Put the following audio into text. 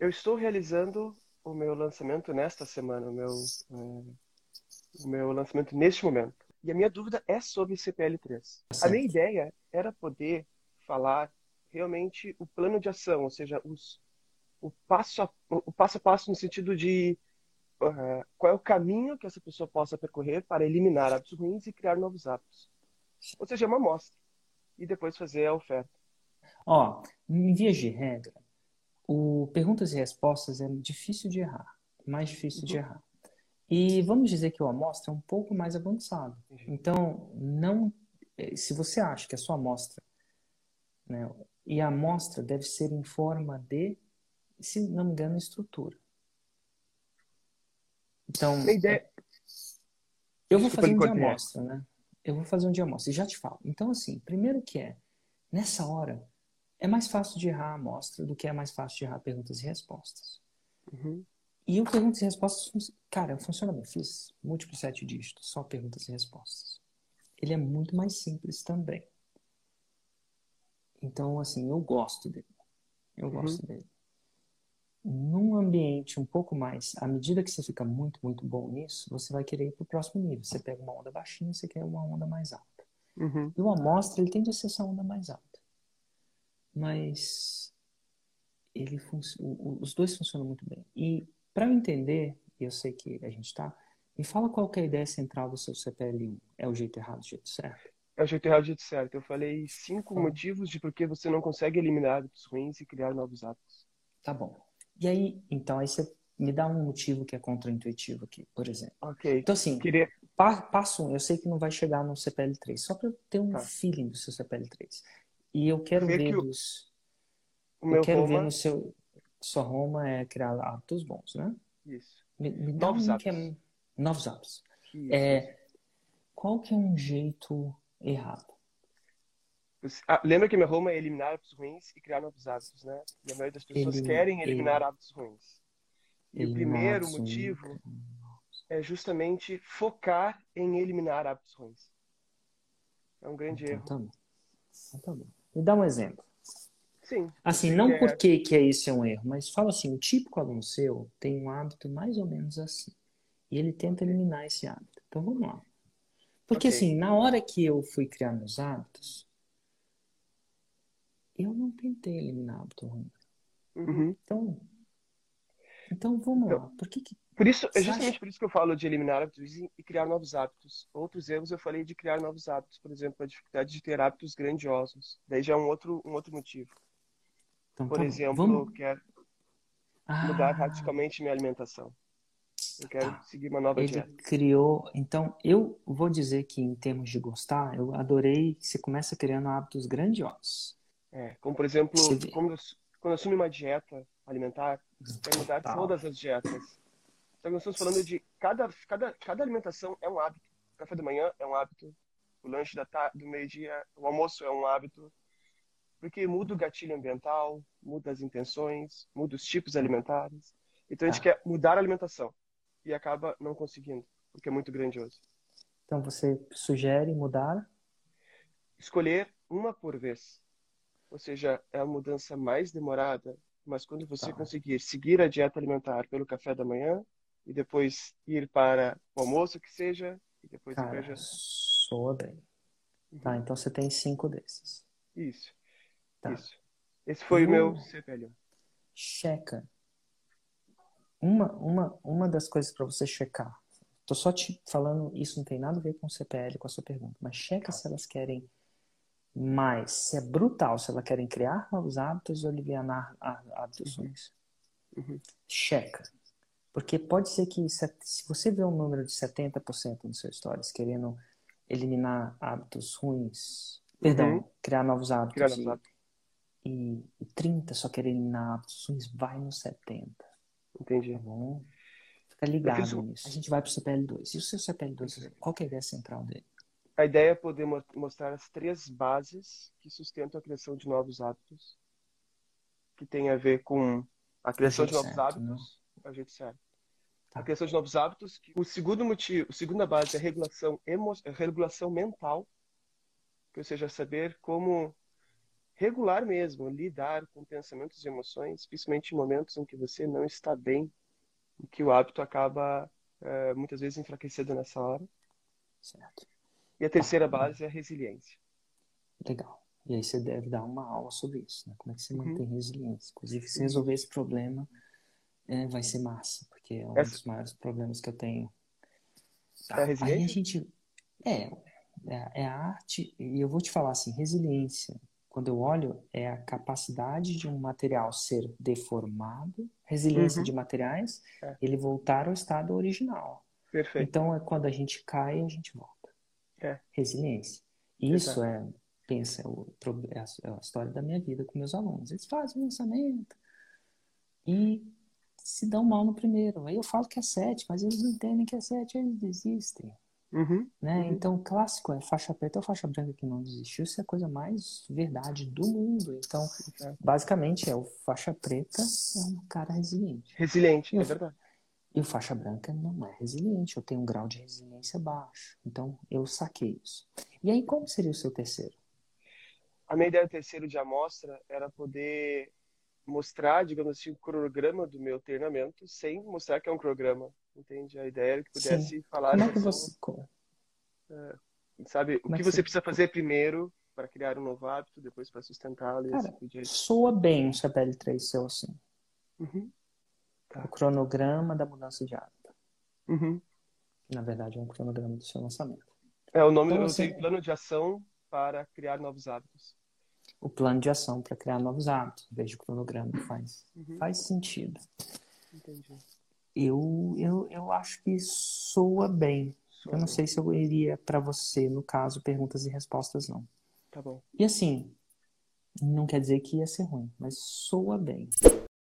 Eu estou realizando o meu lançamento nesta semana, o meu lançamento neste momento. E a minha dúvida é sobre CPL3. A minha Certo. ideia era poder falar realmente o plano de ação, ou seja, o passo a passo no sentido de qual é o caminho que essa pessoa possa percorrer para eliminar hábitos ruins e criar novos hábitos. Ou seja, é uma amostra. E depois fazer a oferta. Ó, em vias de regra, o perguntas e respostas é difícil de errar, mais difícil de Uhum, errar. E vamos dizer que o amostra é um pouco mais avançado. entendi. Então, não, se você acha que a sua amostra, né, e a amostra deve ser em forma de, se não me engano, estrutura. Então, Minha ideia. eu vou Desculpa fazer lhe um de cortar. amostra, né? Eu vou fazer um de amostra e já te falo. Então, assim, primeiro que nessa hora, é mais fácil de errar a amostra do que é mais fácil de errar perguntas e respostas. Uhum, E o perguntas e respostas, cara, funciona bem. Fiz múltiplos 7 dígitos, só perguntas e respostas. Ele é muito mais simples também. Então, assim, eu gosto dele. Eu uhum, gosto dele. Num ambiente um pouco mais, à medida que você fica muito, muito bom nisso, você vai querer ir para o próximo nível. Você pega uma onda baixinha, você quer uma onda mais alta. uhum. E o amostra, ele tende a ser essa onda mais alta. Mas os dois funcionam muito bem. E para eu entender, e eu sei que a gente está, me fala qual que é a ideia central do seu CPL1. É o jeito errado, o jeito certo? É o jeito errado, o jeito certo. Eu falei 5 Fala. motivos de por que você não consegue eliminar hábitos ruins e criar novos hábitos. Tá bom. E aí, então, aí você me dá um motivo que é contraintuitivo aqui, por exemplo. Ok. Então, assim, Querer. passo um, eu sei que não vai chegar no CPL3, só para eu ter um Tá. feeling do seu CPL3. E eu quero Ver ver que o eu meu quero ver Roma. no seu, sua Roma é criar hábitos bons, né? Isso. Me dá Novos um que é hábitos. novos hábitos. Isso. Qual que é um jeito errado? Lembra que meu Roma é eliminar hábitos ruins e criar novos hábitos, né? E a maioria das pessoas querem eliminar Ele hábitos ruins. E o eliminar primeiro hábitos ruins. motivo é justamente focar em eliminar hábitos ruins. É um grande Então erro. tá bom. Então tá bom. Me dá um exemplo. Sim, Assim, você não quer. porque que é isso é um erro, mas fala assim, o típico aluno seu tem um hábito mais ou menos assim. E ele tenta Ok. eliminar esse hábito. Então vamos lá. Porque Ok. assim, na hora que eu fui criar meus hábitos, eu não tentei eliminar hábito ruim. Uhum. Então, então vamos Então, lá. Por que que por isso, é você acha? justamente por isso que eu falo de eliminar hábitos e criar novos hábitos. Outros erros eu falei de criar novos hábitos, por exemplo, a dificuldade de ter hábitos grandiosos. Daí já é um outro motivo. Então Por tá bom. exemplo, eu Vamos. quero mudar Ah, radicalmente minha alimentação. Eu quero tá. seguir uma nova Ele dieta. criou. Então, eu vou dizer que, em termos de gostar, eu adorei que você começa criando hábitos grandiosos. É, como, por Você exemplo, vê. quando eu assumo uma dieta alimentar, quero mudar Tal. todas as dietas. Então, nós estamos falando de cada alimentação é um hábito. O café da manhã é um hábito. O lanche do meio-dia, o almoço é um hábito. Porque muda o gatilho ambiental, muda as intenções, muda os tipos alimentares. Então, a gente Tá. quer mudar a alimentação e acaba não conseguindo, porque é muito grandioso. Então, você sugere mudar? Escolher uma por vez. Ou seja, é a mudança mais demorada, mas quando você Tá. conseguir seguir a dieta alimentar pelo café da manhã e depois ir para o almoço, que seja, e depois ir para a Cara, janta. soa bem. Tá, Uhum. então você tem 5 desses. Isso, Tá. isso. Esse foi o meu Eu CPL. checa. Uma das coisas para você checar. Tô só te falando, isso não tem nada a ver com o CPL, com a sua pergunta, mas checa Tá. se elas querem mais, se é brutal, se elas querem criar novos hábitos ou aliviar hábitos Uhum. ruins. Uhum. Checa. Porque pode ser que se você vê um número de 70% no seu stories querendo eliminar hábitos ruins, Uhum. perdão, criar novos Criar hábitos novos hábitos. e 30 só querer eliminar hábitos ruins, vai no 70, tá Entendi. bom? Fica Eu fiz ligado um. nisso. A gente vai pro CPL2. E o seu Muito CPL2, bem. qual que é a ideia central dele? A ideia é poder mostrar as 3 bases que sustentam a criação de novos hábitos, que tem a ver com a O criação de jeito novos certo, né? hábitos, é o jeito certo. A Tá. criação de novos hábitos. O segundo motivo, a segunda base é a regulação mental, que ou seja, saber como. regular mesmo, lidar com pensamentos e emoções, principalmente em momentos em que você não está bem, e que o hábito acaba muitas vezes enfraquecido nessa hora. Certo. E a Tá, terceira base é a resiliência. legal. E aí você deve dar uma aula sobre isso, né? Como é que você Uhum. mantém resiliência? Inclusive, se resolver Isso. esse problema, vai ser massa, porque é um Essa dos maiores problemas que eu tenho. é a Tá, aí a resiliência? gente... É, é a arte, e eu vou te falar assim, resiliência, quando eu olho, é a capacidade de um material ser deformado, resiliência de Uhum. materiais, É, ele voltar ao estado original. perfeito. Então, é quando a gente cai, a gente volta. É, Resiliência. Isso exato. pensa, é a história da minha vida com meus alunos. Eles fazem o lançamento e se dão mal no primeiro. Aí eu falo que é 7, mas eles não entendem que é 7, aí eles desistem. Uhum. Né? Uhum. Então, o clássico é faixa preta ou faixa branca que não desistiu. Isso é a coisa mais verdade do mundo. Então, Exato. basicamente, o faixa preta é um cara resiliente. Resiliente, E o, é verdade. e o faixa branca não é resiliente. Eu tenho um grau de resiliência baixo. Então, eu saquei isso. E aí, qual seria o seu terceiro? A minha ideia do terceiro de amostra era poder mostrar, digamos assim, o cronograma do meu treinamento sem mostrar que é um cronograma, entende? A ideia era que Sim. pudesse falar Como é que quais são, você. Como sabe, o é que que você você. precisa fazer primeiro para criar um novo hábito, depois para sustentá-lo e assim Cara, por diante. soa bem um CPL3 seu assim. Uhum. O Tá. cronograma da mudança de hábito. Uhum. Na verdade, é um cronograma do seu lançamento. É o nome, Então, eu assim, usei plano de ação para criar novos hábitos. o plano de ação para criar novos hábitos, em vez de cronograma, Uhum. faz sentido. Entendi. Eu acho que soa bem. Eu Soa não bem. sei se eu iria para você, no caso, perguntas e respostas, não. Tá bom. E assim, não quer dizer que ia ser ruim, mas soa bem.